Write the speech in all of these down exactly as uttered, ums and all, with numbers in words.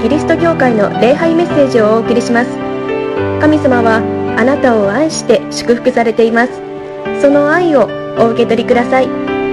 リスト教会の礼拝メッセージをお送りします。神様はあなたを愛して祝福されています。その愛をお受け取りください。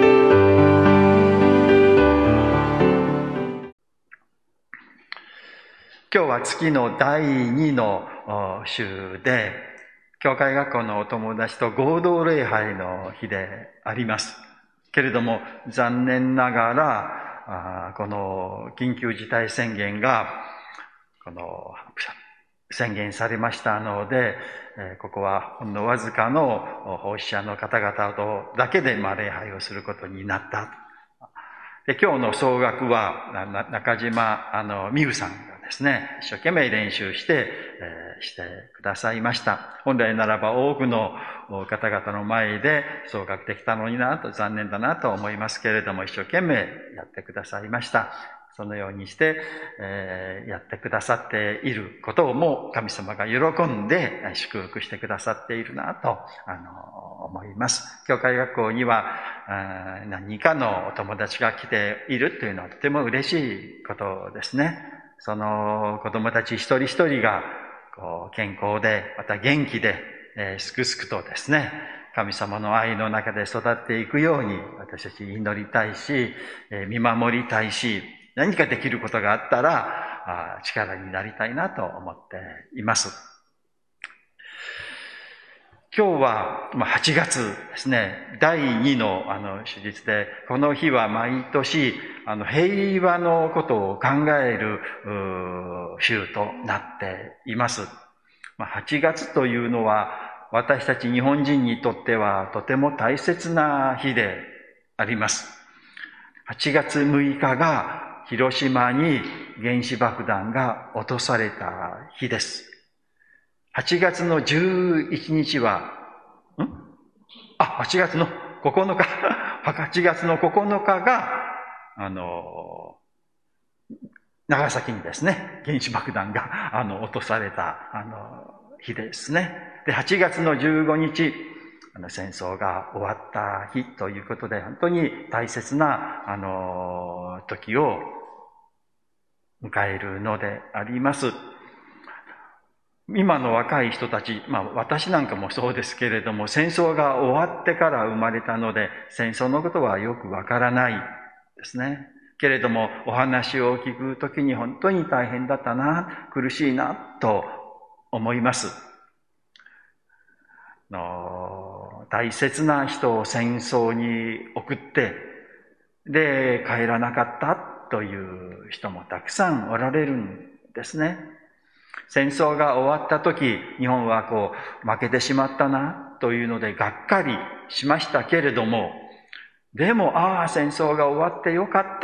今日は月のだいにの週で、教会学校のお友達と合同礼拝の日であります。けれども、残念ながら、この緊急事態宣言が、この、宣言されましたので、ここはほんのわずかの奉仕者の方々とだけでまあ礼拝をすることになった。で、今日の総額は、中島あの美羽さんがですね、一生懸命練習して、えー、してくださいました。本来ならば多くの方々の前で総額できたのになと、残念だなと思いますけれども、一生懸命やってくださいました。そのようにして、えー、やってくださっていることをも神様が喜んで祝福してくださっているなと、あの、思います。教会学校には何人かのお友達が来ているというのはとても嬉しいことですね。その子供たち一人一人がこう健康で、また元気で、えー、すくすくとですね、神様の愛の中で育っていくように私たち祈りたいし、えー、見守りたいし、何かできることがあったら力になりたいなと思っています。今日ははちがつですね、だいにのあの手術で、この日は毎年あの平和のことを考える週となっています。はちがつというのは私たち日本人にとってはとても大切な日であります。はちがつむいかが広島に原子爆弾が落とされた日です。はちがつのじゅういちにちは、んあ、はちがつのここのか、はちがつのここのかが、あの、長崎にですね、原子爆弾が、あの、落とされた、あの、日ですね。で、はちがつのじゅうごにち、あの、戦争が終わった日ということで、本当に大切な、あの、時を迎えるのであります。今の若い人たち、まあ私なんかもそうですけれども、戦争が終わってから生まれたので、戦争のことはよくわからないですね。けれども、お話を聞くときに本当に大変だったな、苦しいな、と思います。の大切な人を戦争に送って、で、帰らなかったという人もたくさんおられるんですね。戦争が終わった時、日本はこう、負けてしまったな、というので、がっかりしましたけれども、でも、ああ、戦争が終わってよかった、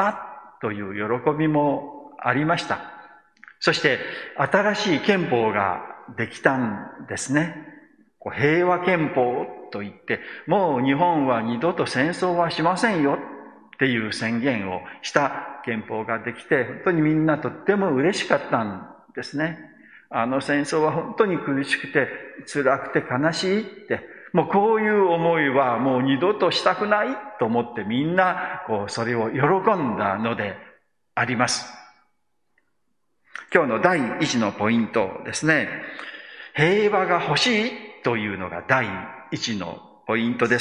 という喜びもありました。そして、新しい憲法ができたんですね。平和憲法といって、もう日本は二度と戦争はしませんよ、っていう宣言をした憲法ができて、本当にみんなとっても嬉しかったんですね。あの戦争は本当に苦しくて辛くて悲しいって、もうこういう思いはもう二度としたくないと思ってみんなこうそれを喜んだのであります。今日の第一のポイントですね。平和が欲しいというのが第一のポイントです。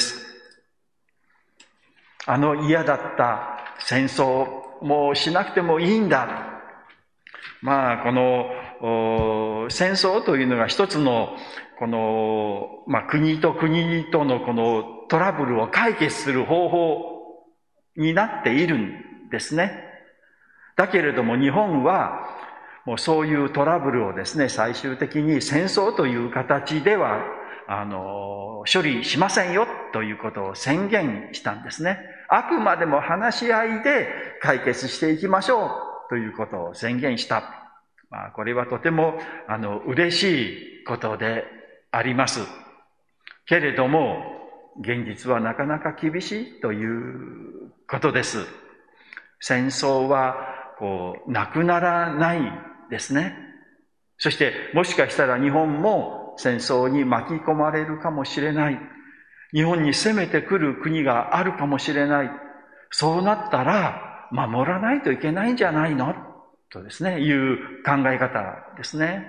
あの嫌だった戦争、もうしなくてもいいんだ。まあ、この、戦争というのが一つの、この、まあ、国と国とのこのトラブルを解決する方法になっているんですね。だけれども日本は、もうそういうトラブルをですね、最終的に戦争という形では、あの、処理しませんよということを宣言したんですね。あくまでも話し合いで解決していきましょうということを宣言した。まあ、これはとても、あの、嬉しいことであります。けれども、現実はなかなか厳しいということです。戦争は、こう、なくならないですね。そして、もしかしたら日本も戦争に巻き込まれるかもしれない。日本に攻めてくる国があるかもしれない。そうなったら、守らないといけないんじゃないのとですね、いう考え方ですね。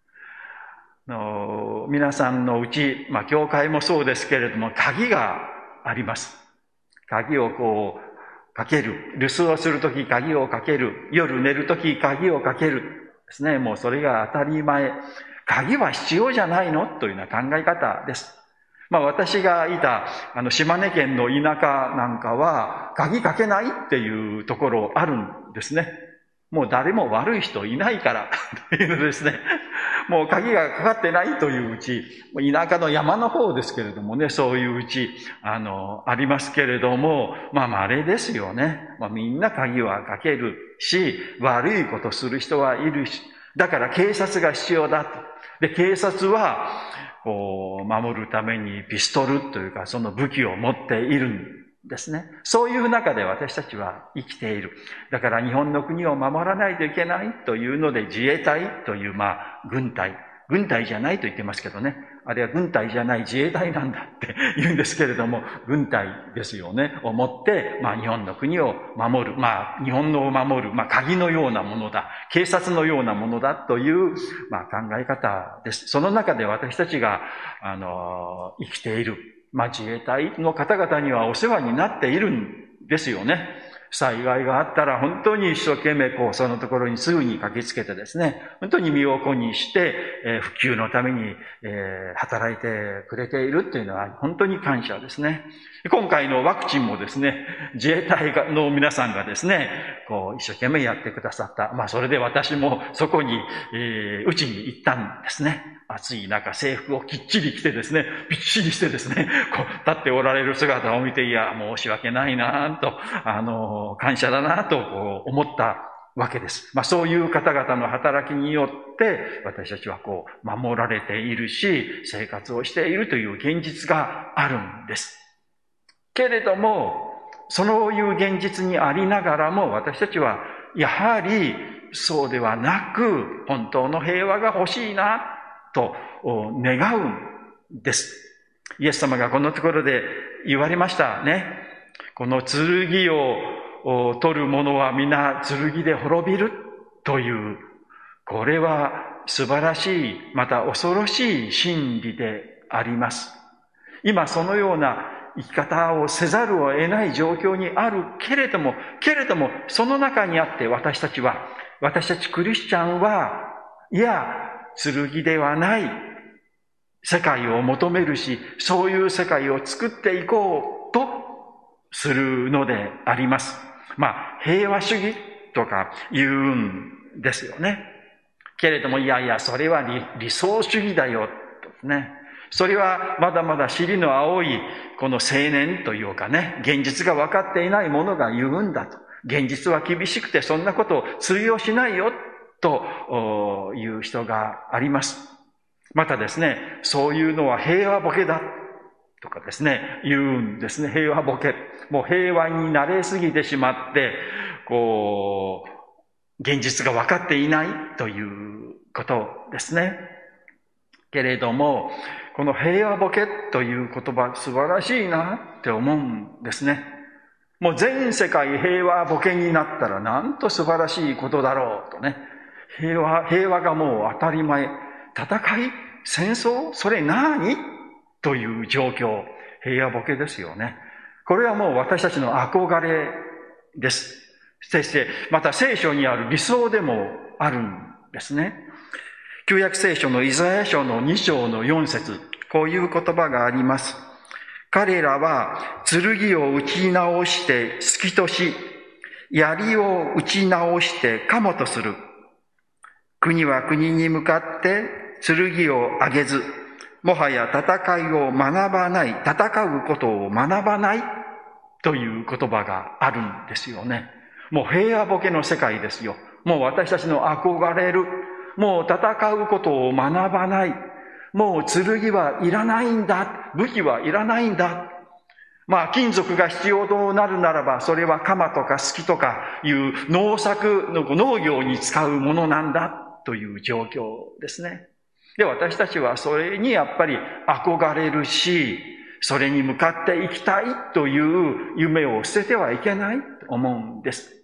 の皆さんのうち、まあ、教会もそうですけれども、鍵があります。鍵をこう、かける。留守をするとき鍵をかける。夜寝るとき鍵をかける。ですね。もうそれが当たり前。鍵は必要じゃないのというような考え方です。まあ私がいた、あの、島根県の田舎なんかは、鍵かけないっていうところあるんですね。もう誰も悪い人いないから、というのですね。もう鍵がかかってないといううち、田舎の山の方ですけれどもね、そういううち、あの、ありますけれども、まあ稀ですよね。まあみんな鍵はかけるし、悪いことする人はいるし、だから警察が必要だと。で、警察は、こう、守るためにピストルというか、その武器を持っているんですね。そういう中で私たちは生きている。だから日本の国を守らないといけないというので、自衛隊という、まあ、軍隊。軍隊じゃないと言ってますけどね。あれは軍隊じゃない自衛隊なんだって言うんですけれども、軍隊ですよね。をもって、まあ日本の国を守る。まあ日本のを守る。まあ鍵のようなものだ。警察のようなものだという、まあ考え方です。その中で私たちが、あの、生きている。まあ自衛隊の方々にはお世話になっているんですよね。災害があったら本当に一生懸命こうそのところにすぐに駆けつけてですね、本当に身を粉にして、えー、普及のために、えー、働いてくれているっていうのは本当に感謝ですね。今回のワクチンもですね、自衛隊の皆さんがですね、こう一生懸命やってくださった。まあそれで私もそこに、えー、打ちに行ったんですね。暑い中制服をきっちり着てですね、びっしりしてですね、こう立っておられる姿を見て、いや、申し訳ないなと、あの、感謝だなとこう思ったわけです。まあそういう方々の働きによって私たちはこう守られているし、生活をしているという現実があるんです。けれども、そういう現実にありながらも私たちはやはりそうではなく本当の平和が欲しいなと願うんです。イエス様がこのところで言われましたね。この剣を取る者は皆剣で滅びるという、これは素晴らしい、また恐ろしい真理であります。今そのような生き方をせざるを得ない状況にあるけれども、けれどもその中にあって私たちは、私たちクリスチャンは、いや、剣ではない世界を求めるし、そういう世界を作っていこうとするのであります。まあ、平和主義とか言うんですよね。けれども、いやいや、それは 理, 理想主義だよ、とね。それはまだまだ尻の青いこの青年というかね、現実が分かっていないものが言うんだと。現実は厳しくてそんなことを通用しないよ、という人があります。またですね、そういうのは平和ボケだとかですね、言うんですね。平和ボケ。もう平和になれすぎてしまって、こう、現実が分かっていないということですね。けれども、この平和ボケという言葉素晴らしいなって思うんですね。もう全世界平和ボケになったらなんと素晴らしいことだろうとね。平和、平和がもう当たり前。戦い、戦争、それ何という状況。平和ボケですよね。これはもう私たちの憧れです。そして、また聖書にある理想でもあるんですね。旧約聖書のイザヤ書のに章のよん節、こういう言葉があります。彼らは剣を打ち直して好きとし、槍を打ち直してカモとする。国は国に向かって剣を上げず、もはや戦いを学ばない、戦うことを学ばないという言葉があるんですよね。もう平和ボケの世界ですよ。もう私たちの憧れる、もう戦うことを学ばない。もう剣はいらないんだ。武器はいらないんだ。まあ金属が必要となるならば、それは鎌とか鋤とかいう農作の農業に使うものなんだという状況ですね。で、私たちはそれにやっぱり憧れるし、それに向かっていきたいという夢を捨ててはいけないと思うんです。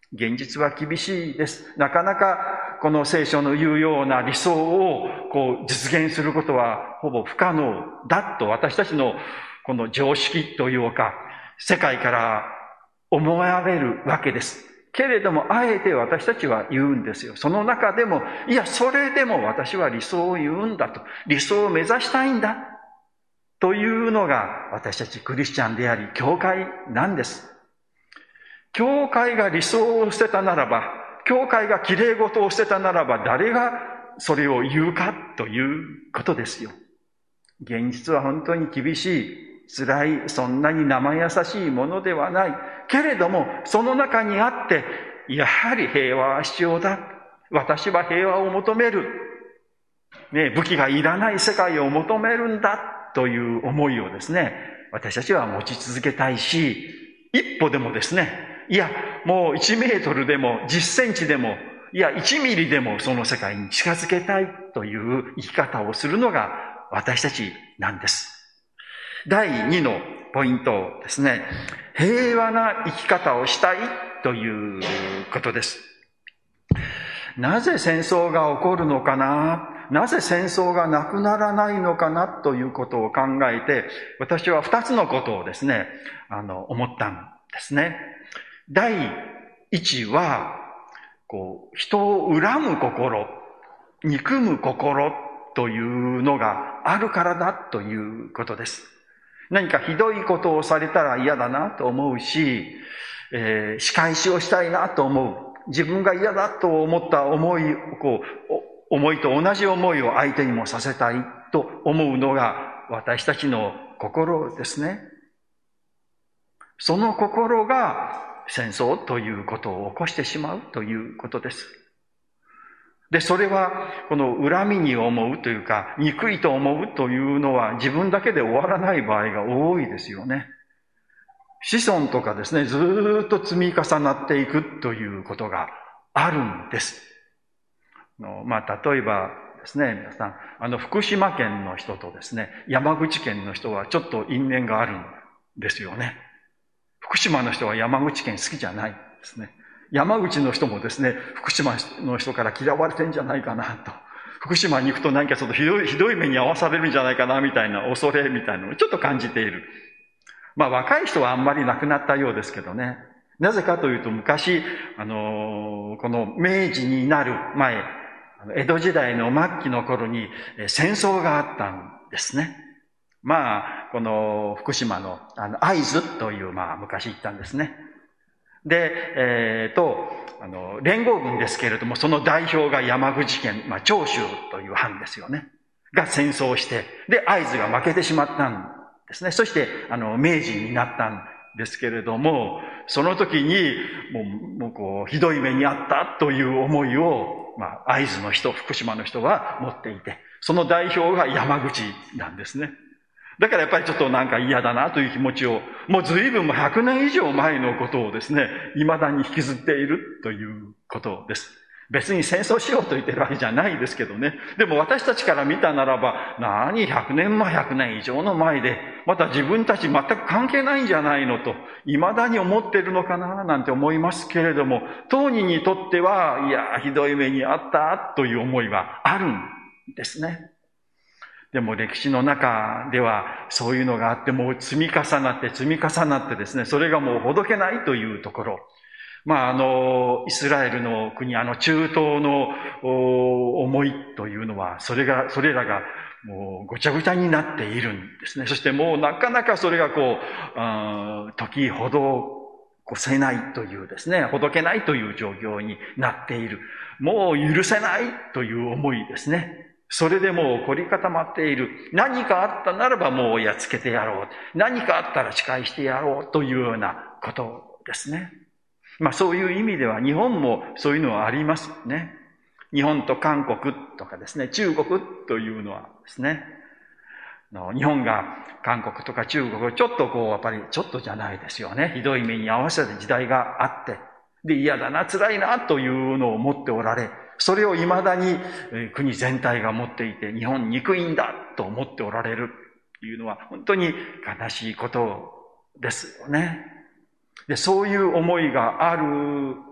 現実は厳しいです。なかなかこの聖書の言うような理想をこう実現することはほぼ不可能だと私たちのこの常識というか世界から思われるわけです。けれどもあえて私たちは言うんですよ。その中でも、いやそれでも私は理想を言うんだと、理想を目指したいんだというのが私たちクリスチャンであり教会なんです。教会が理想を捨てたならば、教会が綺麗事を捨てたならば、誰がそれを言うかということですよ。現実は本当に厳しい、辛い、そんなに生優しいものではない。けれども、その中にあって、やはり平和は必要だ。私は平和を求める。ね、武器がいらない世界を求めるんだという思いをですね、私たちは持ち続けたいし、一歩でもですね、いや、もういちメートルでもじゅっセンチでも、いや、いちミリでもその世界に近づけたいという生き方をするのが私たちなんです。だいにのポイントですね、平和な生き方をしたいということです。なぜ戦争が起こるのかな、なぜ戦争がなくならないのかなということを考えて、私は二つのことをですね、あの、思ったんですね。第一は、こう、人を恨む心、憎む心というのがあるからだということです。何かひどいことをされたら嫌だなと思うし、えー、仕返しをしたいなと思う。自分が嫌だと思った思い、こう、思いと同じ思いを相手にもさせたいと思うのが私たちの心ですね。その心が戦争ということを起こしてしまうということです。で、それはこの恨みに思うというか、憎いと思うというのは自分だけで終わらない場合が多いですよね。子孫とかですね、ずーっと積み重なっていくということがあるんです。のまあ、例えばですね、皆さん、あの、福島県の人とですね、山口県の人はちょっと因縁があるんですよね。福島の人は山口県好きじゃないですね。山口の人もですね、福島の人から嫌われてんじゃないかなと。福島に行くと何かちょっとひどい、ひどい目に遭わされるんじゃないかなみたいな恐れみたいなのをちょっと感じている。まあ若い人はあんまり亡くなったようですけどね。なぜかというと昔、あのー、この明治になる前、江戸時代の末期の頃に戦争があったんですね。まあ、この福島のあの会津という、まあ昔行ったんですね。で、えー、と、あの、連合軍ですけれども、その代表が山口県、まあ長州という藩ですよね。が戦争して、で、会津が負けてしまったんですね。そして、あの、明治になったんですけれども、その時に、もう、もうこう、ひどい目にあったという思いを、まあ、会津の人、福島の人は持っていて、その代表が山口なんですね。だからやっぱりちょっとなんか嫌だなという気持ちを、もう随分もひゃくねん以上前のことをですね、未だに引きずっているということです。別に戦争しようと言ってるわけじゃないですけどね。でも私たちから見たならば、何ひゃくねんまえ、ひゃくねん以上の前で、また自分たち全く関係ないんじゃないのと、未だに思っているのかななんて思いますけれども、当人にとっては、いや、ひどい目にあったという思いはあるんですね。でも歴史の中ではそういうのがあって、もう積み重なって積み重なってですね、それがもうほどけないというところ。まあ、あの、イスラエルの国、あの中東の思いというのは、それが、それらがもうごちゃごちゃになっているんですね。そしてもうなかなかそれがこう、時ほどこせないというですね、ほどけないという状況になっている。もう許せないという思いですね。それでもう凝り固まっている。何かあったならばもうやっつけてやろう。何かあったら仕返してやろうというようなことですね。まあそういう意味では日本もそういうのはありますね。日本と韓国とかですね、中国というのはですね、日本が韓国とか中国をちょっとこうやっぱりちょっとじゃないですよね。ひどい目に合わせた時代があって、で嫌だな、辛いなというのを持っておられ、それを未だに国全体が持っていて、日本憎いんだと思っておられるというのは本当に悲しいことですよね。で、そういう思いがある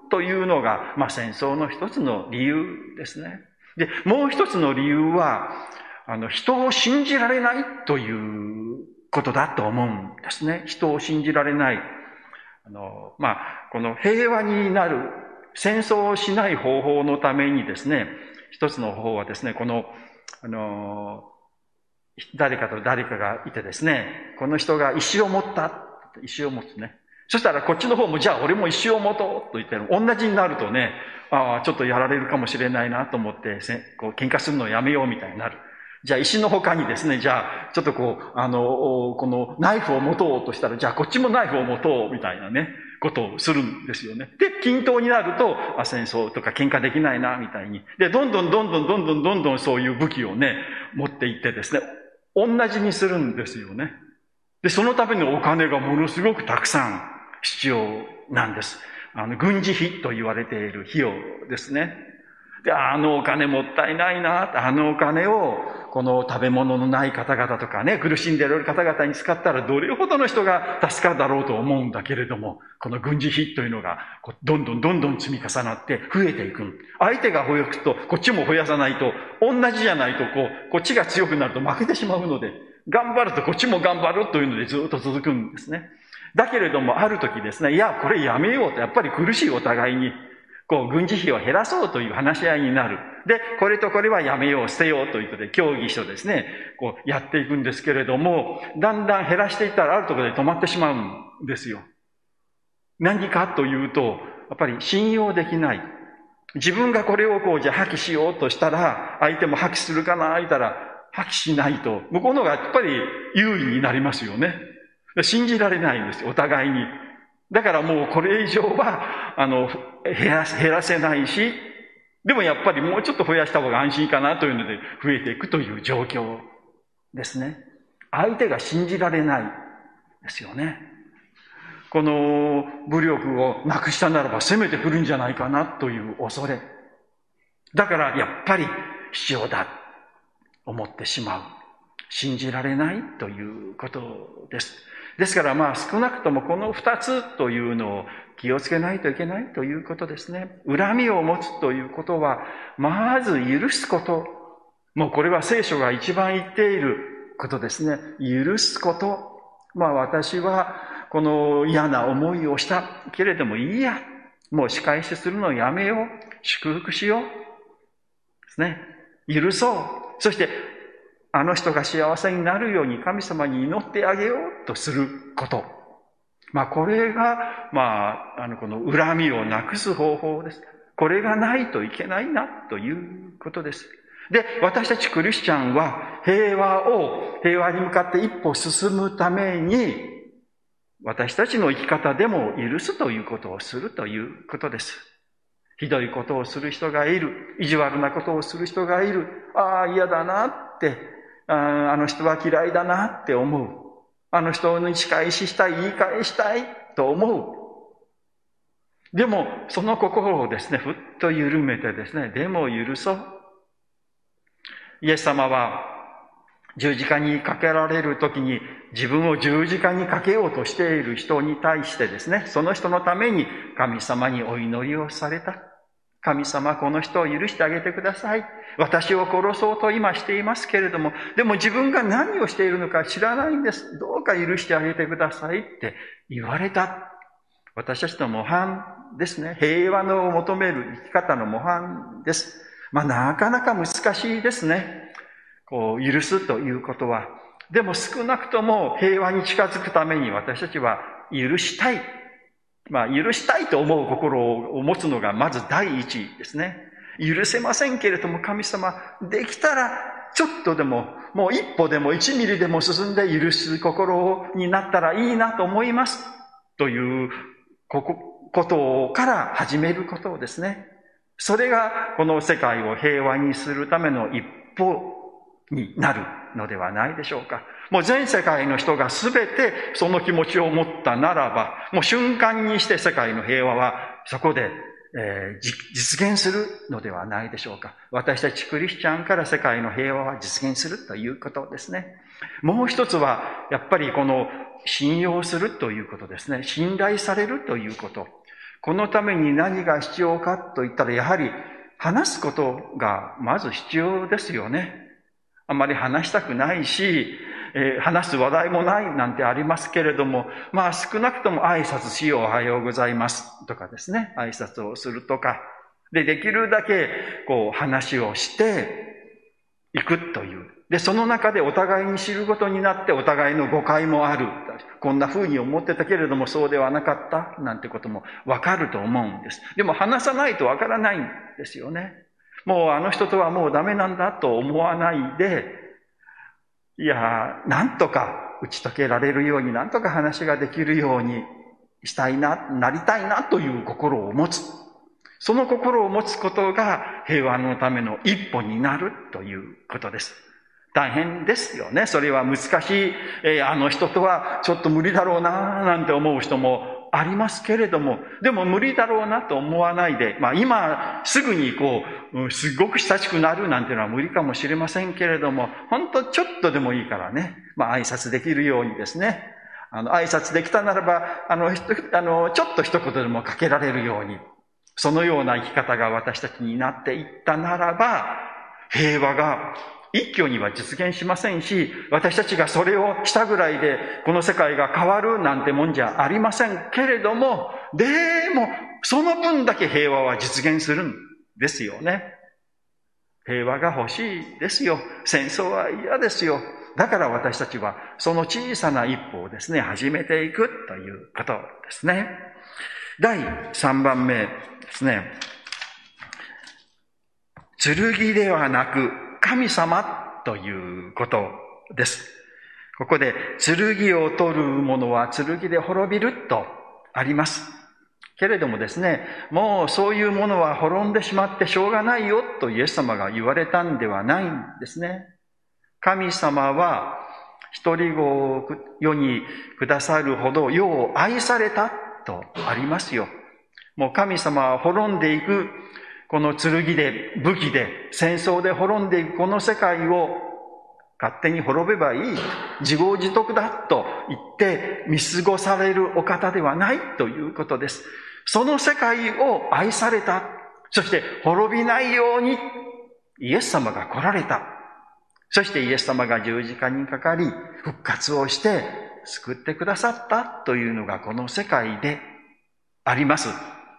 というのが、まあ戦争の一つの理由ですね。で、もう一つの理由は、あの、人を信じられないということだと思うんですね。人を信じられない。あの、まあ、この平和になる、戦争をしない方法のためにですね、一つの方法はですね、この、あの、誰かと誰かがいてですね、この人が石を持った、石を持つね。そしたらこっちの方も、じゃあ俺も石を持とうと言ってる。同じになるとね、ああ、ちょっとやられるかもしれないなと思って、こう喧嘩するのをやめようみたいになる。じゃあ石の他にですね、じゃあちょっとこう、あの、このナイフを持とうとしたら、じゃあこっちもナイフを持とうみたいなね、ことをするんですよね。で、均等になると、あ、戦争とか喧嘩できないな、みたいに。で、どんどんどんどんどんどんどんどんそういう武器をね、持っていってですね、同じにするんですよね。で、そのためにお金がものすごくたくさん必要なんです。あの、軍事費と言われている費用ですね。で、あのお金もったいないな、あのお金を、この食べ物のない方々とかね、苦しんでいる方々に使ったらどれほどの人が助かるだろうと思うんだけれども、この軍事費というのが、どんどんどんどん積み重なって増えていく。相手が増やすと、こっちも増やさないと、同じじゃないと、こう、こっちが強くなると負けてしまうので、頑張るとこっちも頑張るというのでずっと続くんですね。だけれども、ある時ですね、いや、これやめようと、やっぱり苦しいお互いに、こう、軍事費を減らそうという話し合いになる。で、これとこれはやめよう、捨てようということで協議してですね、こう、やっていくんですけれども、だんだん減らしていったらあるところで止まってしまうんですよ。何かというと、やっぱり信用できない。自分がこれをこう、じゃあ破棄しようとしたら、相手も破棄するかな、言ったら、破棄しないと、向こうのがやっぱり優位になりますよね。信じられないんですよ、お互いに。だからもうこれ以上は、あの、減らせ、減らせないし、でもやっぱりもうちょっと増やした方が安心かなというので増えていくという状況ですね。相手が信じられないですよね。この武力をなくしたならば攻めてくるんじゃないかなという恐れ。だからやっぱり必要だと思ってしまう。信じられないということです。ですからまあ少なくともこの二つというのを気をつけないといけないということですね。恨みを持つということは、まず許すこと。もうこれは聖書が一番言っていることですね。許すこと。まあ私はこの嫌な思いをしたけれどもいいや。もう仕返しするのをやめよう。祝福しよう。ですね。許そう。そしてあの人が幸せになるように神様に祈ってあげようとすること。まあこれが、まあ、あのこの恨みをなくす方法です。これがないといけないなということです。で、私たちクリスチャンは平和を、平和に向かって一歩進むために、私たちの生き方でも許すということをするということです。ひどいことをする人がいる。意地悪なことをする人がいる。ああ、嫌だなって。あ, あの人は嫌いだなって思う。あの人に仕返ししたい、言い返したいと思う。でも、その心をですね、ふっと緩めてですね、でも許そう。イエス様は十字架にかけられるときに自分を十字架にかけようとしている人に対してですね、その人のために神様にお祈りをされた。神様、この人を許してあげてください。私を殺そうと今していますけれども、でも自分が何をしているのか知らないんです。どうか許してあげてくださいって言われた。私たちの模範ですね。平和の求める生き方の模範です。まあなかなか難しいですね。こう許すということは。でも少なくとも平和に近づくために私たちは許したい。まあ、許したいと思う心を持つのがまず第一ですね。許せませんけれども神様、できたらちょっとでも、もう一歩でも一ミリでも進んで許す心になったらいいなと思います。ということから始めることですね。それがこの世界を平和にするための一歩になるのではないでしょうか。もう全世界の人がすべてその気持ちを持ったならば、もう瞬間にして世界の平和はそこで、えー、実現するのではないでしょうか。私たちクリスチャンから世界の平和は実現するということですね。もう一つはやっぱりこの信用するということですね。信頼されるということ。 このために何が必要かといったら、やはり話すことがまず必要ですよね。あまり話したくないし、えー、話す話題もないなんてありますけれども、まあ少なくとも挨拶しよう、おはようございますとかですね、挨拶をするとか、で、できるだけこう話をしていくという。で、その中でお互いに知ることになって、お互いの誤解もある。こんな風に思ってたけれども、そうではなかったなんてこともわかると思うんです。でも話さないとわからないんですよね。もうあの人とはもうダメなんだと思わないで、いや、なんとか打ち解けられるように、なんとか話ができるようにしたいな、なりたいなという心を持つ。その心を持つことが平和のための一歩になるということです。大変ですよね。それは難しい。えー、あの人とはちょっと無理だろうな、なんて思う人もありますけれども、でも無理だろうなと思わないで、まあ今すぐにこう、すごく親しくなるなんていうのは無理かもしれませんけれども、本当ちょっとでもいいからね、まあ挨拶できるようにですね、あの挨拶できたならば、あの、あのちょっと一言でもかけられるように、そのような生き方が私たちになっていったならば、平和が一挙には実現しませんし、私たちがそれをしたぐらいで、この世界が変わるなんてもんじゃありませんけれども、でも、その分だけ平和は実現するんですよね。平和が欲しいですよ。戦争は嫌ですよ。だから私たちは、その小さな一歩をですね、始めていくということですね。だいさんばんめですね。剣ではなく神様ということです。ここで剣を取る者は剣で滅びるとあります。けれどもですね、もうそういうものは滅んでしまってしょうがないよとイエス様が言われたんではないんですね。神様は一人子を世にくださるほど世を愛されたとありますよ。もう神様は滅んでいく、この剣で、武器で、戦争で滅んでいくこの世界を勝手に滅べばいい。自業自得だと言って見過ごされるお方ではないということです。その世界を愛された。そして滅びないようにイエス様が来られた。そしてイエス様が十字架にかかり、復活をして救ってくださったというのがこの世界であります。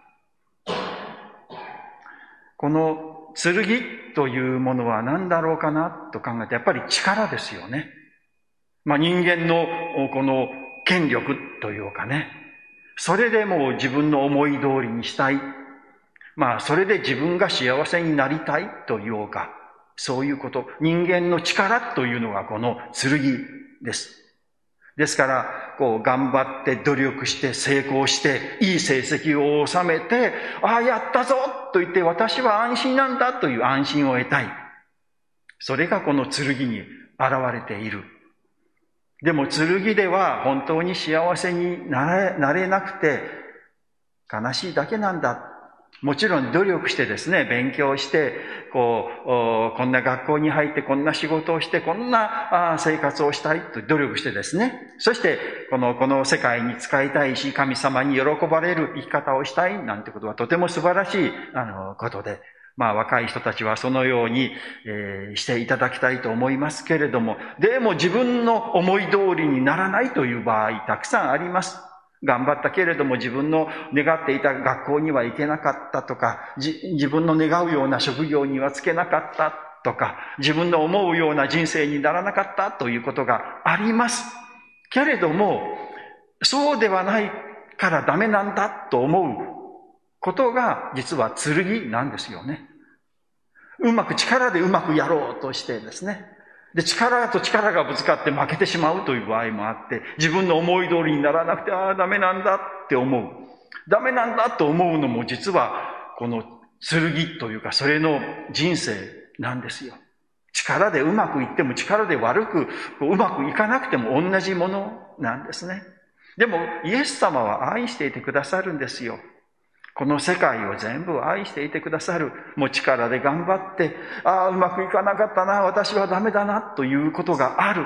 この剣というものは何だろうかなと考えて、やっぱり力ですよね。まあ人間のこの権力というかね、それでもう自分の思い通りにしたい。まあそれで自分が幸せになりたいというか、そういうこと。人間の力というのがこの剣です。ですから、こう、頑張って努力して成功して、いい成績を収めて、ああ、やったぞと言って、私は安心なんだという安心を得たい。それがこの剣に現れている。でも剣では本当に幸せになれ、なれなくて、悲しいだけなんだ。もちろん努力してですね、勉強して、こう、こんな学校に入って、こんな仕事をして、こんな生活をしたいと努力してですね、そして、この、この世界に使いたいし、神様に喜ばれる生き方をしたいなんてことはとても素晴らしい、あの、ことで、まあ若い人たちはそのように、えー、していただきたいと思いますけれども、でも自分の思い通りにならないという場合、たくさんあります。頑張ったけれども自分の願っていた学校には行けなかったとか、自分の願うような職業には就けなかったとか、自分の思うような人生にならなかったということがあります。けれども、そうではないからダメなんだと思うことが実は剣なんですよね。うまく力でうまくやろうとしてですね。で、力と力がぶつかって負けてしまうという場合もあって、自分の思い通りにならなくて、ああ、ダメなんだって思う。ダメなんだと思うのも実は、この剣というか、それの人生なんですよ。力でうまくいっても、力で悪く、うまくいかなくても同じものなんですね。でも、イエス様は愛していてくださるんですよ。この世界を全部愛していてくださる。もう力で頑張って、ああ、うまくいかなかったな、私はダメだな、ということがある。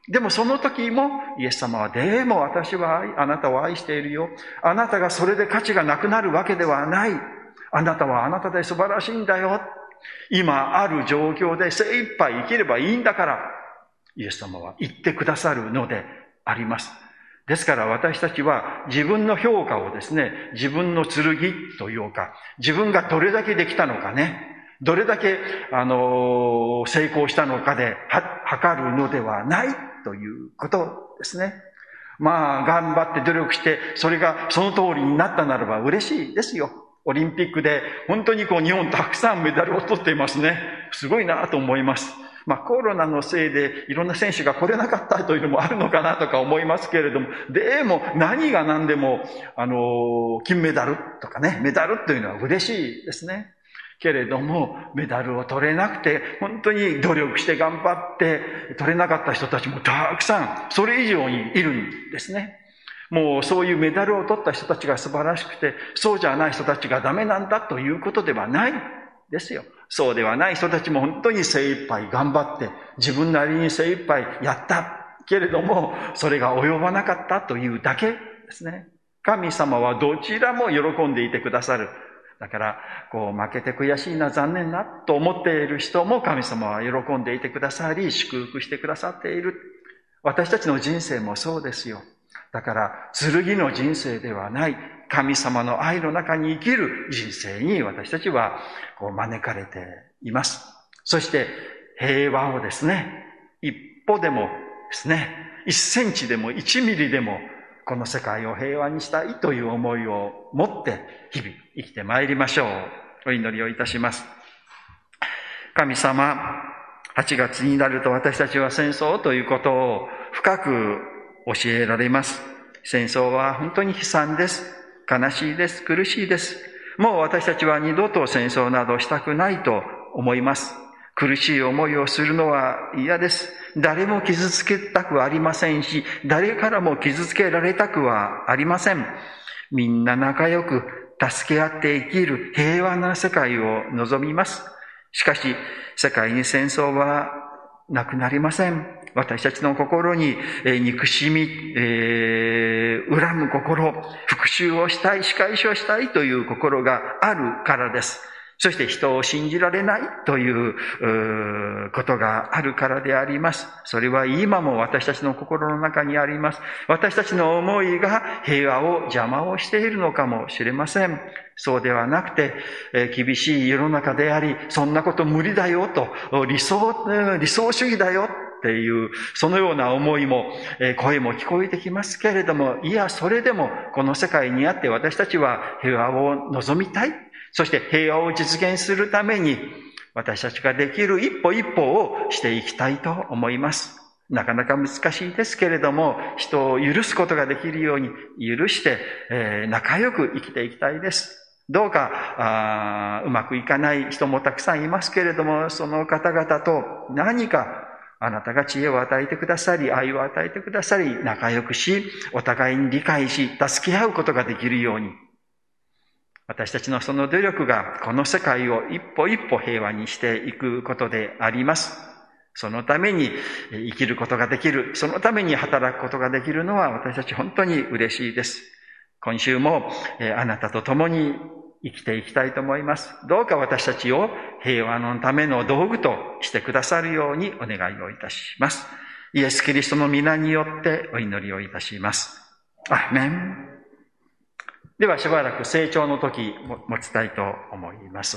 でもその時もイエス様は、でも私は愛あなたを愛しているよ。あなたがそれで価値がなくなるわけではない。あなたはあなたで素晴らしいんだよ。今ある状況で精一杯生きればいいんだから、イエス様は言ってくださるのであります。ですから私たちは自分の評価をですね、自分の剣というか、自分がどれだけできたのかね、どれだけ、あの、成功したのかで測るのではないということですね。まあ、頑張って努力して、それがその通りになったならば嬉しいですよ。オリンピックで本当にこう日本たくさんメダルを取っていますね。すごいなと思います。まあコロナのせいでいろんな選手が来れなかったというのもあるのかなとか思いますけれども、でも何が何でも、あの、金メダルとかね、メダルというのは嬉しいですね。けれども、メダルを取れなくて、本当に努力して頑張って取れなかった人たちもたくさん、それ以上にいるんですね。もうそういうメダルを取った人たちが素晴らしくて、そうじゃない人たちがダメなんだということではないですよ。そうではない人たちも本当に精一杯頑張って、自分なりに精一杯やったけれども、それが及ばなかったというだけですね。神様はどちらも喜んでいてくださる。だから、こう、負けて悔しいな、残念な、と思っている人も神様は喜んでいてくださり、祝福してくださっている。私たちの人生もそうですよ。だから、剣の人生ではない、神様の愛の中に生きる人生に私たちは、こう、招かれています。そして、平和をですね、一歩でもですね、一センチでも一ミリでも、この世界を平和にしたいという思いを持って日々生きてまいりましょう。お祈りをいたします。神様、はちがつになると私たちは戦争ということを深く教えられます。戦争は本当に悲惨です。悲しいです。苦しいです。もう私たちは二度と戦争などしたくないと思います。苦しい思いをするのは嫌です。誰も傷つけたくありませんし、誰からも傷つけられたくはありません。みんな仲良く助け合って生きる平和な世界を望みます。しかし、世界に戦争はなくなりません。私たちの心に、えー、憎しみ、えー、恨む心、復讐をしたい、仕返しをしたいという心があるからです。そして人を信じられないということがあるからであります。それは今も私たちの心の中にあります。私たちの思いが平和を邪魔をしているのかもしれません。そうではなくて、厳しい世の中であり、そんなこと無理だよと、理想、理想主義だよっていう、そのような思いも、声も聞こえてきますけれども、いや、それでもこの世界にあって私たちは平和を望みたい。そして平和を実現するために私たちができる一歩一歩をしていきたいと思います。なかなか難しいですけれども、人を許すことができるように許して、えー、仲良く生きていきたいです。どうかあうまくいかない人もたくさんいますけれども、その方々と何かあなたが知恵を与えてくださり、愛を与えてくださり、仲良くし、お互いに理解し、助け合うことができるように、私たちのその努力がこの世界を一歩一歩平和にしていくことであります。そのために生きることができる、そのために働くことができるのは私たち本当に嬉しいです。今週もあなたと共に生きていきたいと思います。どうか私たちを平和のための道具としてくださるようにお願いをいたします。イエス・キリストの皆によってお祈りをいたします。アーメン。ではしばらく成長の時を持ちたいと思います。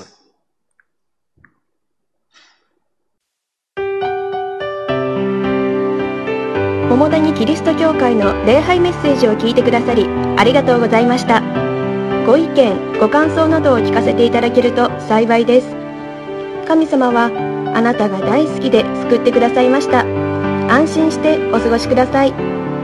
桃谷キリスト教会の礼拝メッセージを聞いてくださりありがとうございました。ご意見ご感想などを聞かせていただけると幸いです。神様はあなたが大好きで救ってくださいました。安心してお過ごしください。